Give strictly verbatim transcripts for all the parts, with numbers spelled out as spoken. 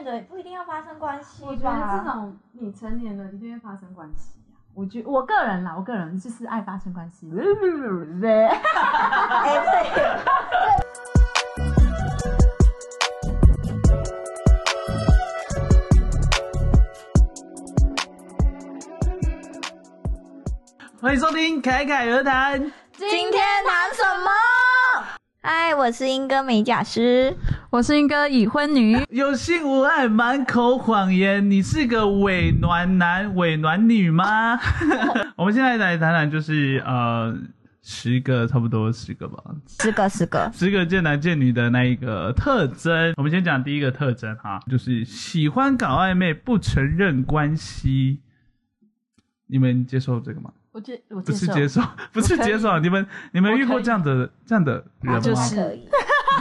的不一定要发生关系吧？ 我觉得这种你成年了一定会发生关系啊。我觉我个人啦，我个人就是爱发生关系。哎， 对对。 欢迎收听凯凯而谈。 今天谈什么？嗨，我是英哥美甲师， 我是英哥已婚女。 有性无爱，满口谎言，你是个伪暖男、伪暖女吗？我们现在来谈谈，就是呃，十个差不多十个吧， 十个十个十个见男见女的那一个特征。我们先讲第一个特征哈，就是喜欢搞暧昧，不承认关系。你们接受这个吗？ 我接我不是接受，不是接受。你们你们遇过这样的这样的人吗？ 就是可以。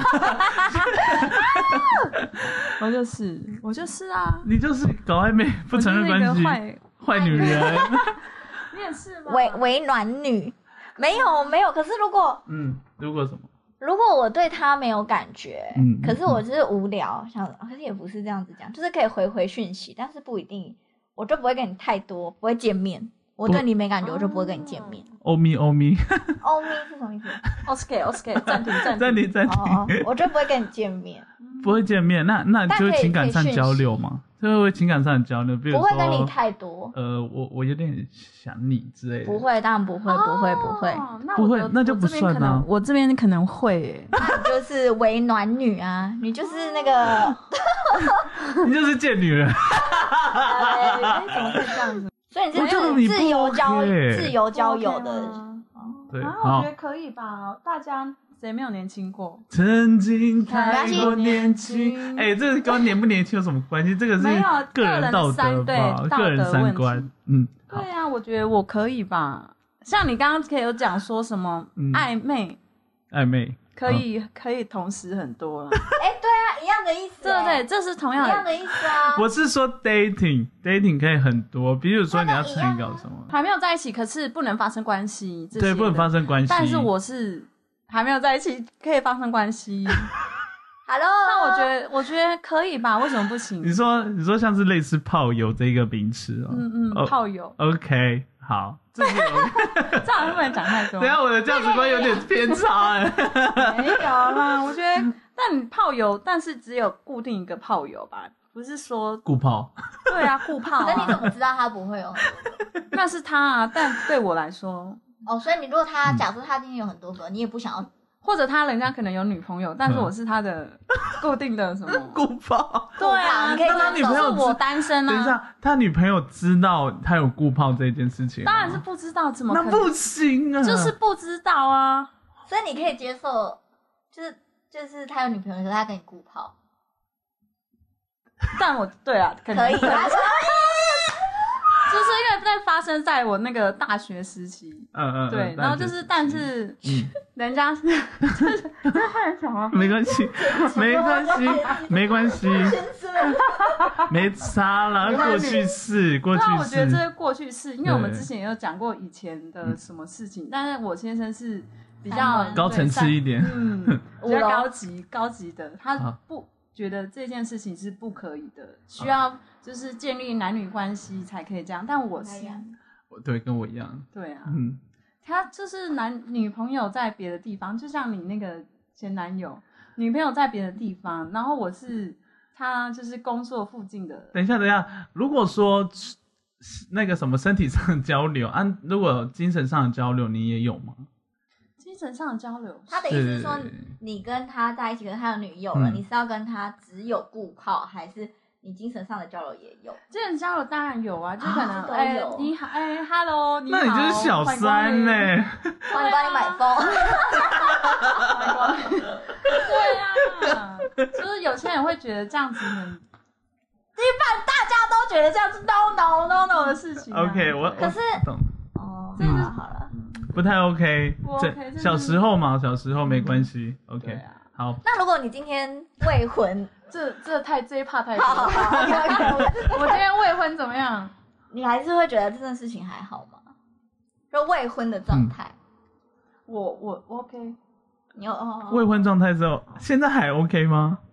我就是我就是啊， 你就是搞暧昧不承认关系， 坏坏女人。 你也是吗？ 伪伪暖女，没有没有。可是如果嗯，如果什么？ 如果我对他没有感觉， 嗯， 可是我就是无聊，想，可是也不是这样子讲，就是可以回回讯息，但是不一定，我就不会跟你太多，不会见面。我对你没感觉，我就不会跟你见面。 欧咪欧咪， 欧咪是什么意思 ？OK OK， 暂停暂停暂停暂停。 哦，我就不会跟你见面。 不会见面，那那就会情感上交流吗？就会情感上的交流，比如说不会跟你太多。 呃，我我有点想你之类的。 不会，当然不会，不会，不会。 哦、那不会，那就不算啊。 我这边可能会耶， 那你就是伪暖女啊，你就是那个， 你就是贱女人。 哎，怎么会这样子？ 所以你是自由交、 OK、 自由交友的。 对， 啊，我觉得可以吧，大家。谁没有年轻过？ 曾经太过年轻，哎、欸，这跟年不年轻有什么关系？这个是个人道德吧，个人三观。嗯， 对啊，我觉得我可以吧。像你刚刚可以有讲说什么暧昧， 暧、嗯、昧可以、嗯、可以同时很多了。 哎、欸，对啊，一样的意思。 对对，这是同样的一样的意思啊。 我是说 dating dating 可以很多，比如说你要参与搞什么， 还没有在一起，可是不能发生关系。 对，不能发生关系。 但是我是。还没有在一起，可以发生关系。 Hello， 那我觉得，我觉得可以吧？为什么不行？ 你说，你说像是类似炮友这一个名词哦。 嗯嗯，哦、炮友。 OK， 好，这是这好像不能讲太多。 等一下我的价值观有点偏差哎。 没有啦，我觉得，但你炮友，但是只有固定一个炮友吧，不是说固炮。 对啊，固炮、啊。 那你怎么知道他不会有？ 那是他啊，但对我来说。 哦，所以你如果他假设他今天有很多个，你也不想要， 或者他人家可能有女朋友，但是我是他的固定的什么固炮？ 对啊， 你可以那他女朋友我单身啊。 等一下，他女朋友知道他有固炮这件事情？ 当然是不知道，怎么可能？ 那不行啊， 就是不知道啊。 所以你可以接受，就是就是他有女朋友的时候，他跟你固炮。 但我对啊，可可以。 就是因为在发生在我那个大学时期， 嗯嗯， 对，然后就是，但是，嗯，人家是，这太很小了， 没关系，没关系，没关系，没差了，过去式，过去式。 我觉得这是过去式，因为我们之前也有讲过以前的什么事情，但是我先生是比较高层次一点， 嗯，比较高级高级的，他不。觉得这件事情是不可以的，需要就是建立男女关系才可以这样。但我是， 对，跟我一样。 对啊， 嗯， 他就是男女朋友在别的地方，就像你那个前男友，女朋友在别的地方，然后我是他就是工作附近的。 等一下，等一下，如果说那个什么身体上的交流啊，如果精神上的交流，你也有吗？ 精神上的交流， 他的意思是说，你跟他在一起，可是他有女友了，嗯、你是要跟他只有固炮，还是你精神上的交流也有？ 精神交流当然有啊，就可能哎、啊欸，你好，哎、欸、，hello， 你好， 那你就是小三呢、欸， 欢迎帮你买风。 对啊，就是有些人会觉得这样子很，一般大家都觉得这样是 no no no no 的事情、啊。 OK， 我可是懂哦，好了好了。 不太 OK， okay 小时候嘛，小时候没关系、嗯、，OK，、啊、好。 那如果你今天未婚， 这这太这一 part 太多。 好好好 ，OK OK， 我今天未婚怎么样？ 你还是会觉得这件事情还好吗？就未婚的状态、嗯， 我我 OK， 你有、哦、 未婚状态之后，现在还 OK 吗？ 我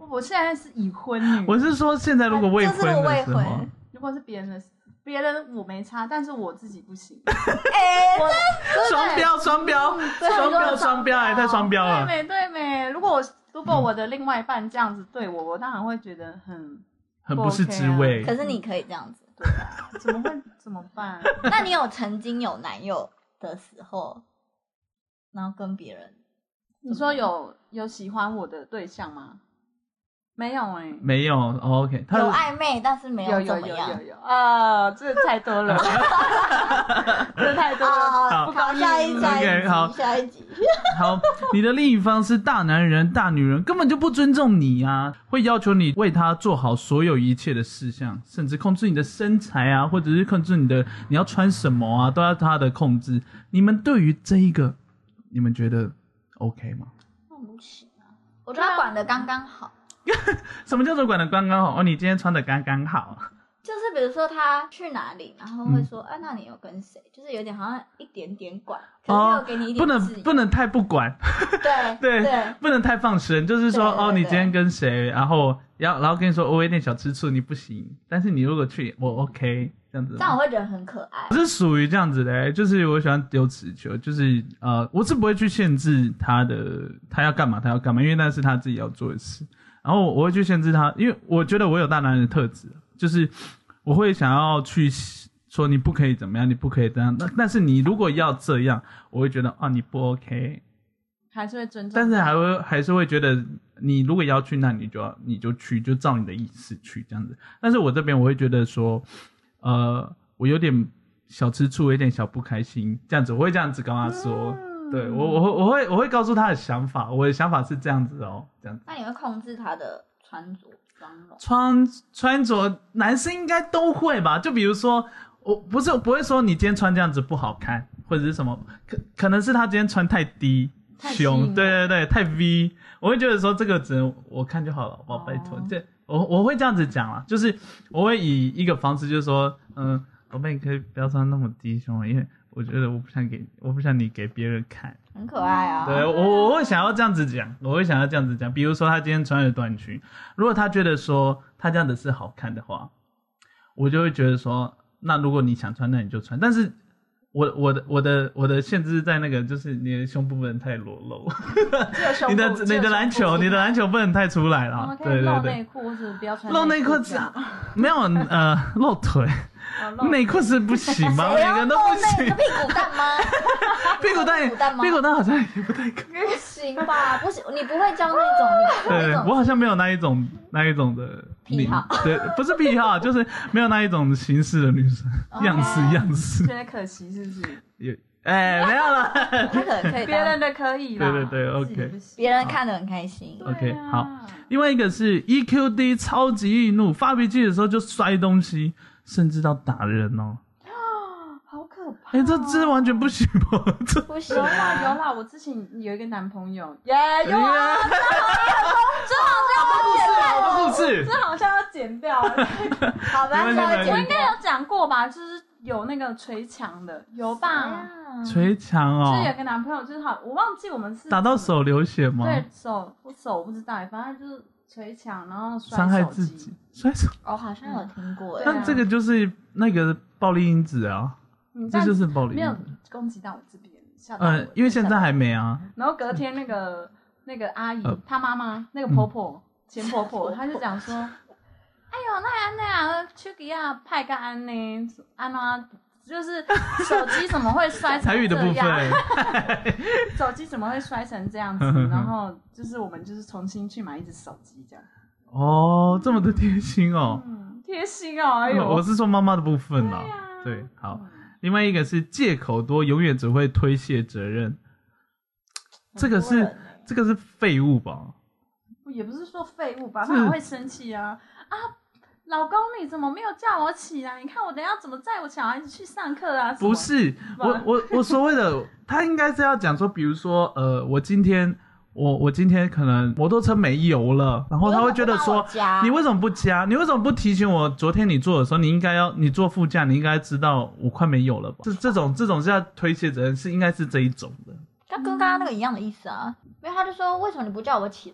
我现在是已婚女。 我是说现在如果未婚的时候， 未婚如果是别人的，别人我没差，但是我自己不行。 哎， 双标双标双标双标，哎，太双标了。 对没对没？如果我如果我的另外一半这样子对我，我当然会觉得很很不是滋味。 可是你可以这样子， 对啊，怎么会怎么办？ 那你有曾经有男友的时候，然后跟别人？ 你说有有喜欢我的对象吗？没有哎、欸， 没有、哦、，OK， 他有暧昧，但是没有怎么样。 有有有有啊，这太多了，这太多了。 好， 不高兴。 下一下一集 okay, 好下一集。 好，你的另一方是大男人、大女人，根本就不尊重你啊，会要求你为他做好所有一切的事项，甚至控制你的身材啊，或者是控制你的你要穿什么啊，都要他的控制。你们对于这一个，你们觉得 OK 吗？ 不行啊，我觉得他管得刚刚好。 什么叫做管得刚刚好？哦，你今天穿得刚刚好。 就是比如说他去哪里，然后会说，嗯、啊，那你有跟谁？就是有点好像一点点管，可是又给你一点自由、 哦、不能不能太不管。 对对对， 不能太放生，就是说，哦，你今天跟谁，然后然后跟你说，我有点小吃醋，你不行。但是你如果去，我 OK 这样子。 这样我会觉得很可爱。 我是属于这样子的、欸，就是我喜欢丢直球，就是呃，我是不会去限制他的，他要干嘛他要干嘛，因为那是他自己要做的事。然后我会去限制他，因为我觉得我有大男人的特质，就是我会想要去说你不可以怎么样，你不可以这样。但是你如果要这样，我会觉得啊你不 OK， 还是会尊重， 但是还会还是会觉得你如果要去，那你就要你就去，就照你的意思去这样子。但是我这边我会觉得说，呃，我有点小吃醋，有点小不开心，这样子我会这样子跟他说。嗯对我，我会我会我会告诉他的想法，我的想法是这样子哦，这样子。 那你会控制他的穿着妆容？ 穿穿着，男生应该都会吧？就比如说，我不是我不会说你今天穿这样子不好看，或者是什么，可可能是他今天穿太低胸，对对对，太 V， 我会觉得说这个只能我看就好了，我拜托，这、哦、我我会这样子讲啦，就是我会以一个方式，就是说，嗯，宝贝，你可以不要穿那么低胸，因为。我觉得我不想给，我不想你给别人看， 很可爱啊。 对我，我会想要这样子讲，我会想要这样子讲。比如说他今天穿的短裙，如果他觉得说他这样子是好看的话，我就会觉得说，那如果你想穿，那你就穿。但是我我的我的我的限制在那个，就是你的胸部不能太裸露，你的你的篮球，你的篮球不能太出来了。对对对， 露内裤或者不要穿露内裤，没有呃露腿。内裤是不行吗？每个人都不行。 屁股蛋吗？ 屁股蛋，屁股蛋好像也不太可以。 不行吧？不行，你不会教那种。 对，我好像没有那一种那一种的癖好。 对，不是癖好，就是没有那一种形式的女生样式样式。 觉得可惜是不是？ 有哎，没有了。 他可能可以， 别人的可以啦。 对对对 ，OK。 别人看得很开心。 OK， 好。另外一个是 E Q 低，超级易怒，发脾气的时候就摔东西。甚至到打人哦， 好可怕！ 哎、欸，这这完全不行吧？ 不行有啦有啦，我之前有一个男朋友，耶、yeah, 有啊，这好像要剪掉， 故事， 这好像要剪掉。 好吧，我应该有讲过吧？就是有那个捶墙的，有吧？ 捶墙哦， 就是有个男朋友，就是好，我忘记我们是打到手流血吗？ 对手，我手不知道，反正就是捶墙，然后摔伤害自己，摔手。 哦，好像有听过。 那这个就是那个暴力因子啊，嗯、这就是暴力因子。 没有攻击到我这边， 呃，因为现在还没啊。 然后隔天那个那个阿姨，她妈妈那个婆婆，前婆婆，她就讲说，哎呦，那安那样，手机啊派个安呢，安啊。就是手机怎么会摔成这样？台语的部分，手机怎么会摔成这样子？然后就是我们就是重新去买一只手机这样。 哦，这么的贴心哦， 嗯，贴心哦，哎呦， 我是说妈妈的部分啦。对,、啊、对，好、嗯。另外一个是借口多，永远只会推卸责任。这个是、欸、这个是废物吧？ 也不是说废物吧，他很会生气啊啊！老公，你怎么没有叫我起来？你看我等一下怎么载我小孩子去上课啊？ 不是，我我我所谓的，他应该是要讲说，比如说，呃，我今天我我今天可能摩托车没油了，然后他会觉得说，你为什么不加？你为什么不提醒我？昨天你坐的时候，你应该要你坐副驾，你应该知道我快没油了吧？这这种这种是要推卸责任，是应该是这一种的。 他跟刚刚那个一样的意思啊，因为他就说为什么你不叫我起来？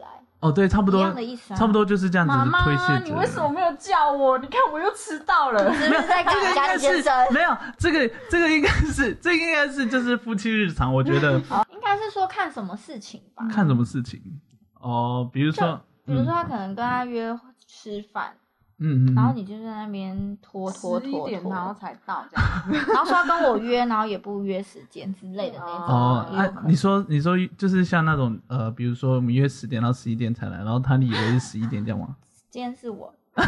哦，对，差不多一样的意思啊。 差不多就是这样子推卸责任。 妈妈，你为什么没有叫我？你看我又迟到了。 是不是在赶家里健身？ 没有，这个这个应该是这个应该是就是夫妻日常，我觉得应该是说看什么事情吧。 看什么事情哦，比如说， 比如说他可能跟他约吃饭。 嗯嗯， 然后你就在那边拖拖拖拖， 然后才到这样， 然后说要跟我约，然后也不约时间之类的那种。 哦，啊，你说你说就是像那种呃，比如说我们约十点，然后十一点才来，然后他以为是十一点这样吗？ 今天是我， 可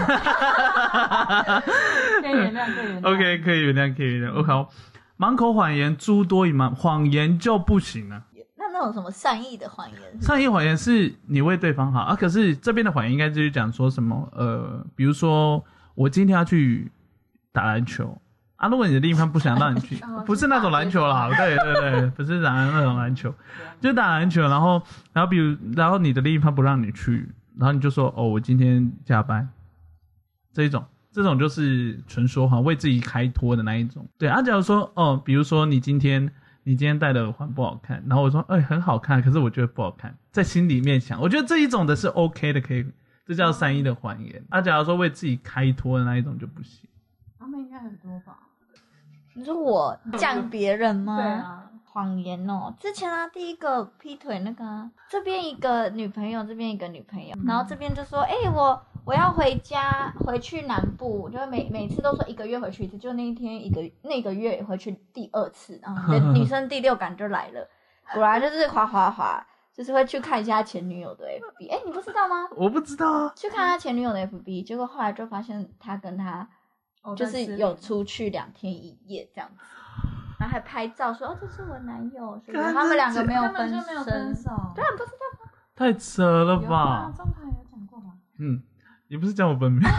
以原谅，可以原谅。 OK， 可以原谅，可以原谅。我靠，满口谎言诸多隐瞒，谎言就不行了。 那那种什么善意的谎言？ 善意谎言是你为对方好啊，可是这边的谎言应该就是讲说什么呃，比如说我今天要去打篮球啊，如果你的另一半不想让你去，不是那种篮球啦，对对对，不是打那种篮球，就打篮球，然后然后比如然后你的另一半不让你去，然后你就说哦，我今天加班，这一种。这种就是纯说谎，为自己开脱的那一种。对啊，假如说哦，比如说你今天你今天戴的耳环不好看，然后我说哎、欸、很好看，可是我觉得不好看，在心里面想，我觉得这一种的是 OK 的，可以，这叫善意的谎言。啊，假如说为自己开脱的那一种就不行。 他们应该很多吧？ 你说我讲别人吗？ 对啊。 谎言哦，之前啊，第一个劈腿那个、啊，这边一个女朋友，这边一个女朋友，嗯、然后这边就说，哎、欸，我我要回家，回去南部，就每每次都说一个月回去一次，就那一天一个那个月回去第二次，然后女生第六感就来了，果然就是滑滑滑，就是会去看一下前女友的 F B， 哎、欸，你不知道吗？ 我不知道啊， 去看他前女友的 F B， 结果后来就发现他跟他就是有出去两天一夜这样子。然后还拍照说哦，这是我男友，所以他们两个没有分手， 对啊，不知道吗？ 太扯了吧！ 中台有讲过吗？ 嗯，你不是讲我本名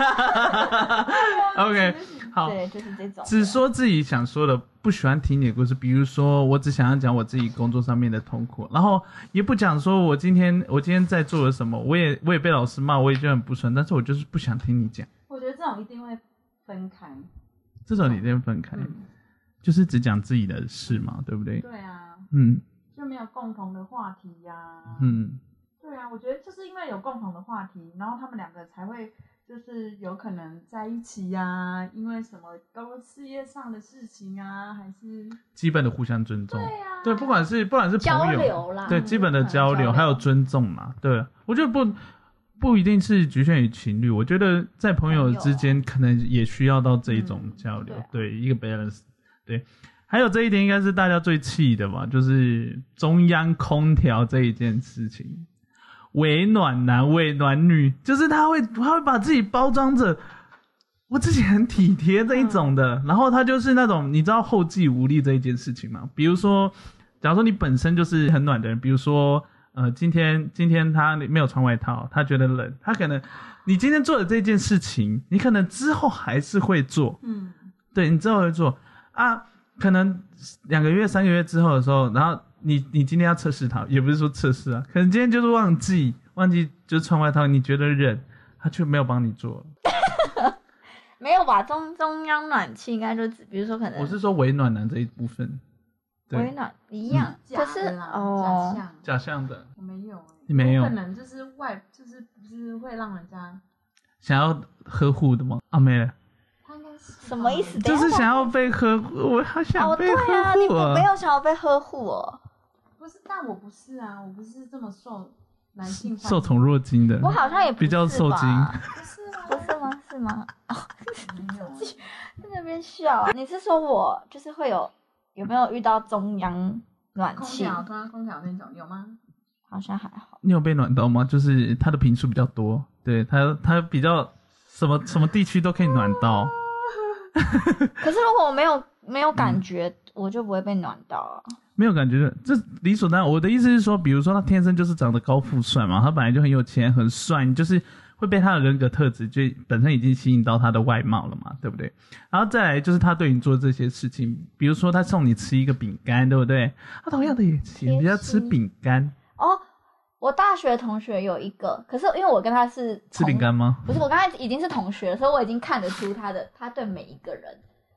？OK， 好， 对，就是这种。 只说自己想说的，不喜欢听你的故事。比如说，我只想要讲我自己工作上面的痛苦，然后也不讲说我今天我今天在做了什么，我也我也被老师骂，我也觉得很不爽，但是我就是不想听你讲。 我觉得这种一定会分开， 这种你一定会分开。嗯，就是只讲自己的事嘛，对不对？ 对啊， 嗯， 就没有共同的话题呀、啊。 嗯， 对啊，我觉得就是因为有共同的话题，然后他们两个才会就是有可能在一起呀、啊。因为什么工事业上的事情啊，还是基本的互相尊重。 对啊， 对，不管是不管是朋友交流啦， 对基本的交流， 交流还有尊重嘛。对，我觉得不不一定是局限于情侣，我觉得在朋友之间可能也需要到这一种交流，嗯、对, 对一个 balance。对，还有这一点应该是大家最气的吧，就是中央空调这一件事情，伪暖男伪暖女，就是他会他会把自己包装着我自己很体贴这一种的、嗯、然后他就是那种你知道后继无力这一件事情吗？比如说假如说你本身就是很暖的人，比如说呃今天今天他没有穿外套，他觉得冷，他可能你今天做的这件事情你可能之后还是会做，嗯，对，你之后会做啊，可能两个月、三个月之后的时候，然后你你今天要测试它，也不是说测试啊，可能今天就是忘记忘记就是穿外套，你觉得冷，他却没有帮你做。 没有吧？中中央暖气应该就只，比如说可能我是说伪暖男这一部分， 伪暖一样，嗯、可是哦，假象假象的， 我没有、欸， 你没有， 可能就是外就是不是会让人家想要呵護的吗？啊，没了。 什么意思？ 就是想要被呵护，我好想被呵护、啊哦、对啊，你没有想要被呵护哦。 不是，但我不是啊，我不是这么受男性受宠若惊的。 我好像也不是比较受惊。 不是啊， 不是吗？是吗？哦， 没有、啊， 在那边笑、啊。你是说我就是会有有没有遇到中央暖气？ 空调，中央空调那种有吗？ 好像还好。 你有被暖到吗？就是它的频数比较多，对它它比较什么什么地区都可以暖到。 可是如果我没有没有感觉、嗯，我就不会被暖到啊。 没有感觉，这理所当然。我的意思是说，比如说他天生就是长得高富帅嘛，他本来就很有钱很帅，你就是会被他的人格特质就本身已经吸引到他的外貌了嘛，对不对？然后再来就是他对你做这些事情，比如说他送你吃一个饼干，对不对？他同样的也请人家吃饼干哦。我大学同学有一个，可是因为我跟他是吃饼干吗？ 不是，我跟他已经是同学，所以我已经看得出他的他对每一个人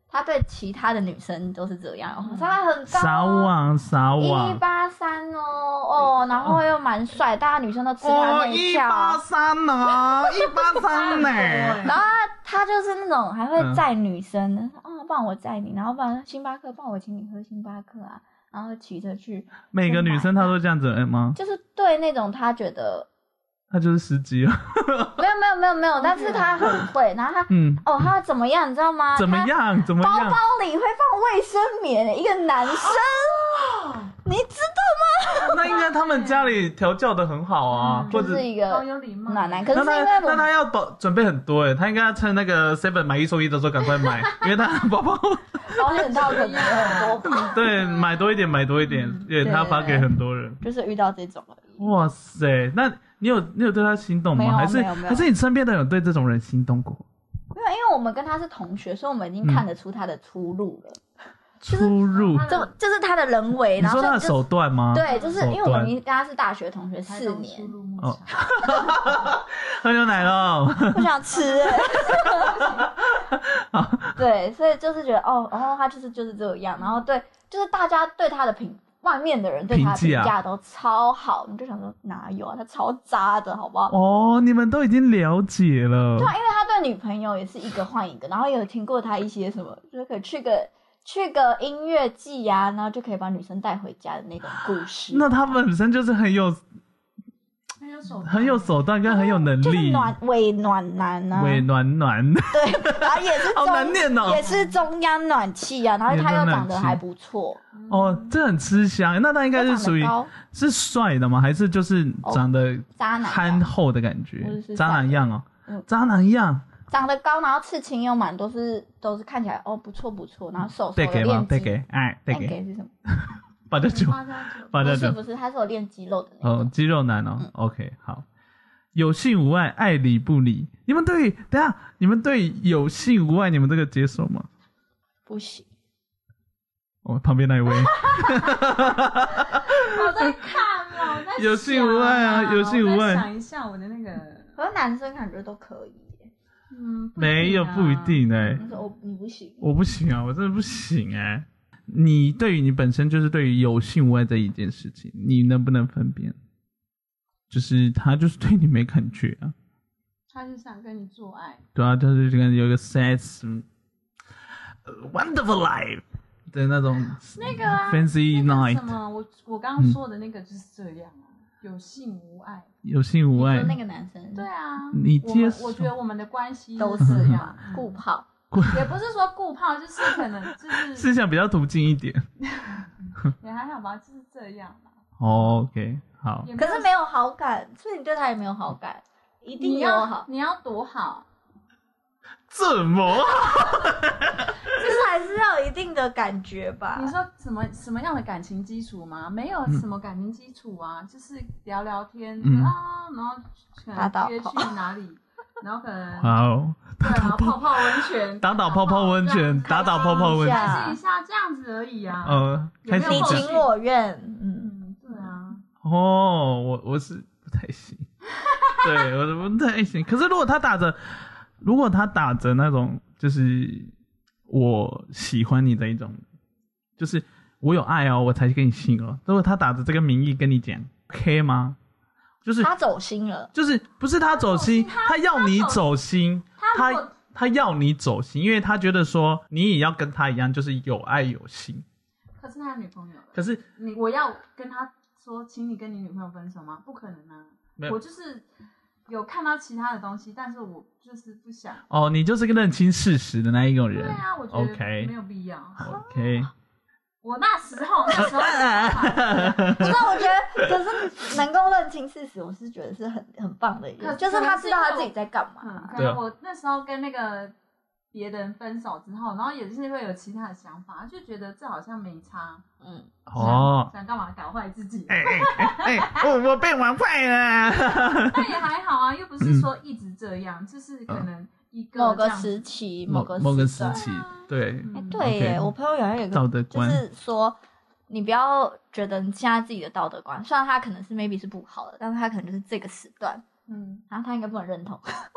他对其他的女生都是这样，哦、他很高、哦， 撒网撒网， 一八三哦哦，然后又蛮帅，大家女生都吃他那一跳， 一八三呢，一八三呢， 然后他就是那种还会载女生，嗯、哦，不然我载你，然后不然星巴克，不然我请你喝星巴克啊，然后骑车去， 每个女生他都这样子吗？ 就是对那种他觉得。 他就是司机了， 没有没有没有没有，但是他很会，然后他，嗯，哦，他怎么样，你知道吗？ 怎么样？怎么样？ 包包里会放卫生棉，一个男生，哦、你知道吗？ 那应该他们家里调教的很好啊， 嗯、 或者就是一个暖男。可是因为那他要保准备很多哎，他应该要趁那个 seven 买一送一的时候赶快买，因为他包包保险套可能有很多吧。 对，买多一点，买多一点，因为他发给很多人。 就是遇到这种而已。 哇塞，那。你有你有对他心动吗？还是还是你身边的有对这种人心动过？ 没有，因为我们跟他是同学，所以我们已经看得出他的出路了。 出入就就是他的人为，然后你说他的手段吗？ 对，就是因为我们跟他是大学同学四年。 哦， 喝牛奶咯， 不想吃哎。对，所以就是觉得哦，然后他就是就是这样，然后对，就是大家对他的评。外面的人对他的评价都超好，你就想说哪有啊？他超渣的，好不好？ 哦，你们都已经了解了。 对啊，因为他对女朋友也是一个换一个，然后有听过他一些什么，就是可以去个去个音乐季啊，然后就可以把女生带回家的那种故事。 那他本身就是很有。 很有手段， 很有手段跟很有能力， 就是暖伪暖男啊， 伪暖暖， 对，然后也是好难念哦， 也是中央暖气啊，然后他又长得还不错， 哦，这很吃香。那他应该是属于是帅的吗？还是就是长得渣男憨厚的感觉？渣男样哦，渣男样， 长得高，然后刺青又满，都是都是看起来哦不错不错，然后瘦瘦的练肌， 对给哎对给是什么？ 八加九，八加九， 不是不是，他是有练肌肉的那种。哦，肌肉男哦。嗯、OK， 好。有性无爱，爱理不理。你们对，等一下，你们对有性无爱，你们这个接受吗？ 不行。 哦，旁边那一位。 我在看嘛，我在想、啊、 有性无爱啊，有性无爱。 我想一下我的那个， 可是男生感觉都可以。 嗯， 啊、没有不一定哎、欸。 我你不行。 我不行啊，我真的不行哎、欸。你对于你本身就是对于有性无爱这一件事情，你能不能分辨？就是他就是对你没感觉啊， 他是想跟你做爱。 对啊，就是跟有一个 sex、uh, wonderful life 的那种那个啊 fancy night。 什么？我我刚刚说的那个就是这样啊，嗯、有性无爱。 有性无爱。 那个男生。 对啊。 你接受？ 我觉得我们的关系都是这样， 顾炮。 也不是说顾炮，就是可能就是思想比较途径一点。 也还好吧，就是这样吧。 Oh, OK， 好。 可是没有好感，所以你对他也没有好感，一定有好。 你要多好？ 怎么？ 就是还是要有一定的感觉吧。 你说什么什么样的感情基础吗？没有什么感情基础啊，嗯、就是聊聊天、嗯、啊，然后可能约去哪里。然后可能好， 对啊，泡泡温泉， 打打泡泡温泉，打打泡泡温泉， 开心一下这样子而已啊。 呃，开心你情我愿， 嗯，对啊。 哦，我我是不太行，对，我不太行。可是如果他打着，如果他打着那种，就是我喜欢你的一种，就是我有爱哦，我才跟你信哦。如果他打着这个名义跟你讲 ，OK 吗？就是他走心了， 就是不是他走心，他, 他要你走心，他 他, 他要你走心，因为他觉得说你也要跟他一样，就是有爱有心。 可是他有女朋友了， 可是你我要跟他说，请你跟你女朋友分手吗？不可能啊！我就是有看到其他的东西，但是我就是不想。 哦，你就是个认清事实的那一种人。 对啊，我觉得 OK 没有必要。 OK。 我那时候，那时候， 不是，我觉得，可是能够认清事实，我是觉得是很很棒的一个，就是他知道他自己在干嘛。 嗯，可能我那时候跟那个别人分手之后，然后也是会有其他的想法，就觉得这好像没差。嗯， 哦， 想干嘛搞坏自己？ 哎哎哎，我我被玩坏了。 但也还好啊，又不是说一直这样，就是可能。 某个时期，某个某个时期，对， 哎，对耶，我朋友有一个道德观， 就是说，你不要觉得你现在自己的道德观，虽然他可能是 maybe 是不好的，但是他可能就是这个时段，嗯，然后他应该不能认同，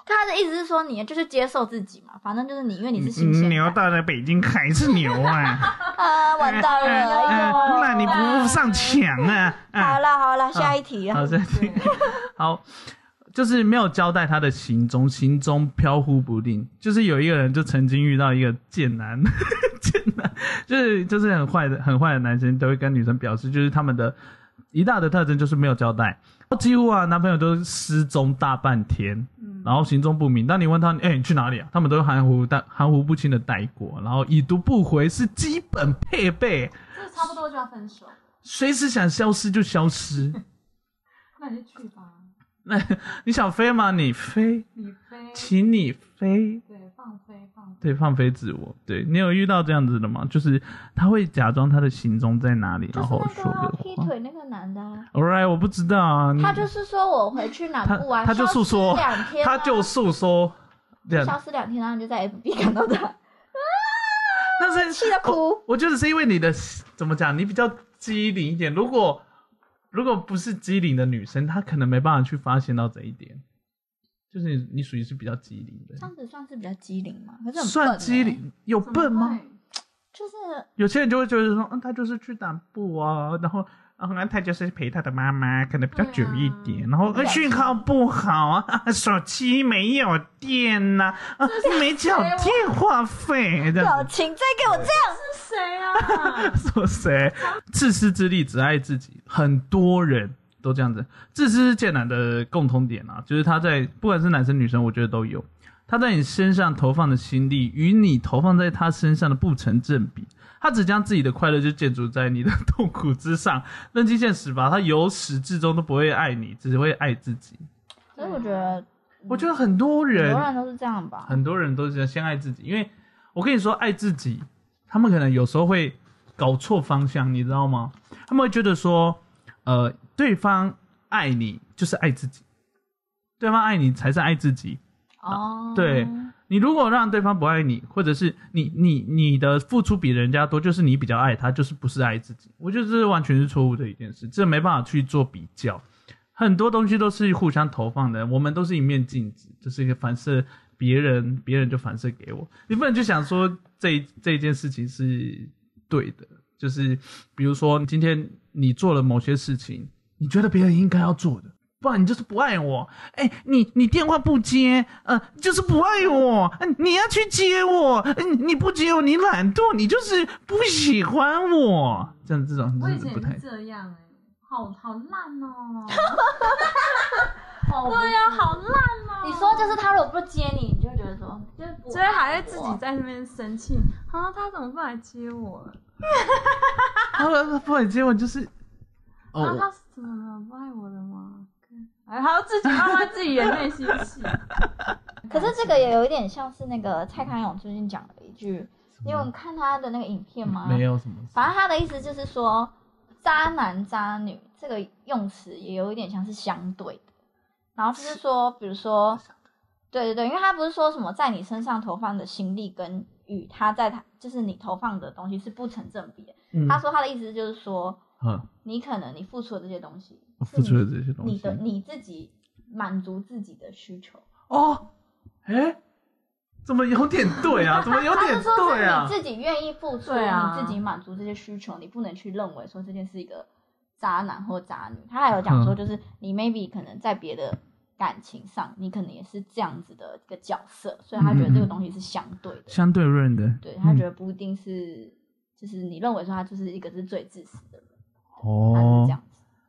他的意思是说，你就是接受自己嘛，反正就是你，因为你是新鲜。 牛到了北京还是牛啊！ 啊，完蛋了！哎呦， 那你不上墙啊？ 好了好了，下一题啊。 好，下一题。好，就是没有交代他的行踪，行踪飘忽不定。就是有一个人就曾经遇到一个贱男，贱男就是就是很坏的很坏的男生，都会跟女生表示，就是他们的一大的特征就是没有交代。几乎啊，男朋友都失踪大半天，嗯、然后行踪不明。当你问他，哎、欸，你去哪里啊？他们都含糊带含糊不清的带过，然后已读不回是基本配备。 这差不多就要分手， 随时想消失就消失。 那你就去吧。 那你想飞吗？你飞， 你飞， 请你飞。 对，放飞，放飞。 对，放飞自我。对，你有遇到这样子的吗？就是他会假装他的行踪在哪里，然后说个话。 劈腿那个男的、啊。 Alright， 我不知道啊。 他就是说我回去南部啊， 他, 他就诉说两天、 啊，他就诉说， 消失两天，然后你就在 F B 看到他。 但是气得哭我。我觉得是因为你的怎么讲，你比较机灵一点。如果如果不是机灵的女生，她可能没办法去发现到这一点。就是你，你属于是比较机灵的。 这样子算是比较机灵吗？可是很笨、欸。 算机灵，有笨吗？ 就是有些人就会觉得说，嗯，他就是去南部啊，然后。然后他就是陪他的妈妈，可能比较久一点。啊、然后呃讯号不好啊，手机没有电呐、啊，啊没缴电话费。 表情再给我这样， 是谁啊？ 说谁？自私自利，只爱自己，很多人都这样子。自私是贱男的共通点啊，就是他在不管是男生女生，我觉得都有。他在你身上投放的心力，与你投放在他身上的不成正比。他只将自己的快乐就建筑在你的痛苦之上，认清现实吧。他由始至终都不会爱你，只会爱自己。 所以我觉得， 我觉得很多人， 很多人都是这样吧。 很多人都是先爱自己，因为我跟你说，爱自己，他们可能有时候会搞错方向，你知道吗？他们会觉得说，呃，对方爱你就是爱自己，对方爱你才是爱自己。 哦， 对。你如果让对方不爱你，或者是你你你的付出比人家多，就是你比较爱他，就是不是爱自己。我觉得这是完全是错误的一件事，这没办法去做比较。很多东西都是互相投放的，我们都是一面镜子，就是一个反射别人，别人就反射给我。你不能就想说这这件事情是对的，就是比如说今天你做了某些事情，你觉得别人应该要做的。不然你就是不爱我，哎、欸，你你电话不接，呃，就是不爱我，呃、你要去接我，呃、你不接我，你懒惰，你就是不喜欢我，这样这种我以前不太也是这样哎、欸，好好烂哦、喔，对呀、啊，好烂哦、喔。 你说就是他如果不接你，你就会觉得说，就是所以还会自己在那边生气，啊，他怎么不来接我？ 他说不来接我就是， 哦，啊、他是怎么了？不爱我了吗？还要自己慢慢自己的内心戏。 可是这个也有一点像是那个蔡康永最近讲的一句，你有看他的那个影片吗？ 没有什么。 反正他的意思就是说，渣男渣女这个用词也有一点像是相对的。然后就是说，比如说，对对对，因为他不是说什么在你身上投放的心力跟与他在他就是你投放的东西是不成正比的。嗯、他说他的意思就是说，嗯、你可能你付出的这些东西。 付出的这些东西， 你的你自己满足自己的需求哦，哎、欸，怎么有点对啊？怎么有点对啊？ 你自己愿意付出，啊、你自己满足这些需求，你不能去认为说这件是一个渣男或渣女。他还有讲说，就是你 maybe 可能在别的感情上，你可能也是这样子的一个角色，所以他觉得这个东西是相对的， 相对论的。 对他觉得不一定是，就是你认为说他就是一个是最自私的人， 哦， 他是这样子。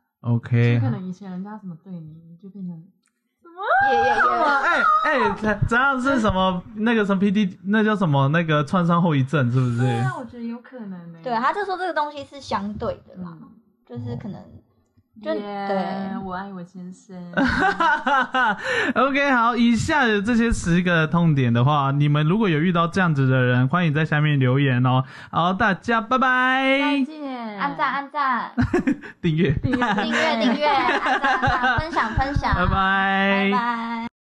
OK， 就可能以前人家怎么对你，你就变成什么？ 也也也， 哎哎，这样是什么？那个什么 P D， 那叫什么？那个创伤后遗症是不是？ 对啊，我觉得有可能呢、欸。 对，他就说这个东西是相对的啦，嗯、就是可能。就 yeah, 对， 我爱我先生。 OK， 好，以下的这些十个痛点的话，你们如果有遇到这样子的人，欢迎在下面留言哦。好，大家拜拜， 再见， 按赞按赞， 订阅订阅订阅订阅，按赞按赞，分享分享， 拜拜， 拜拜。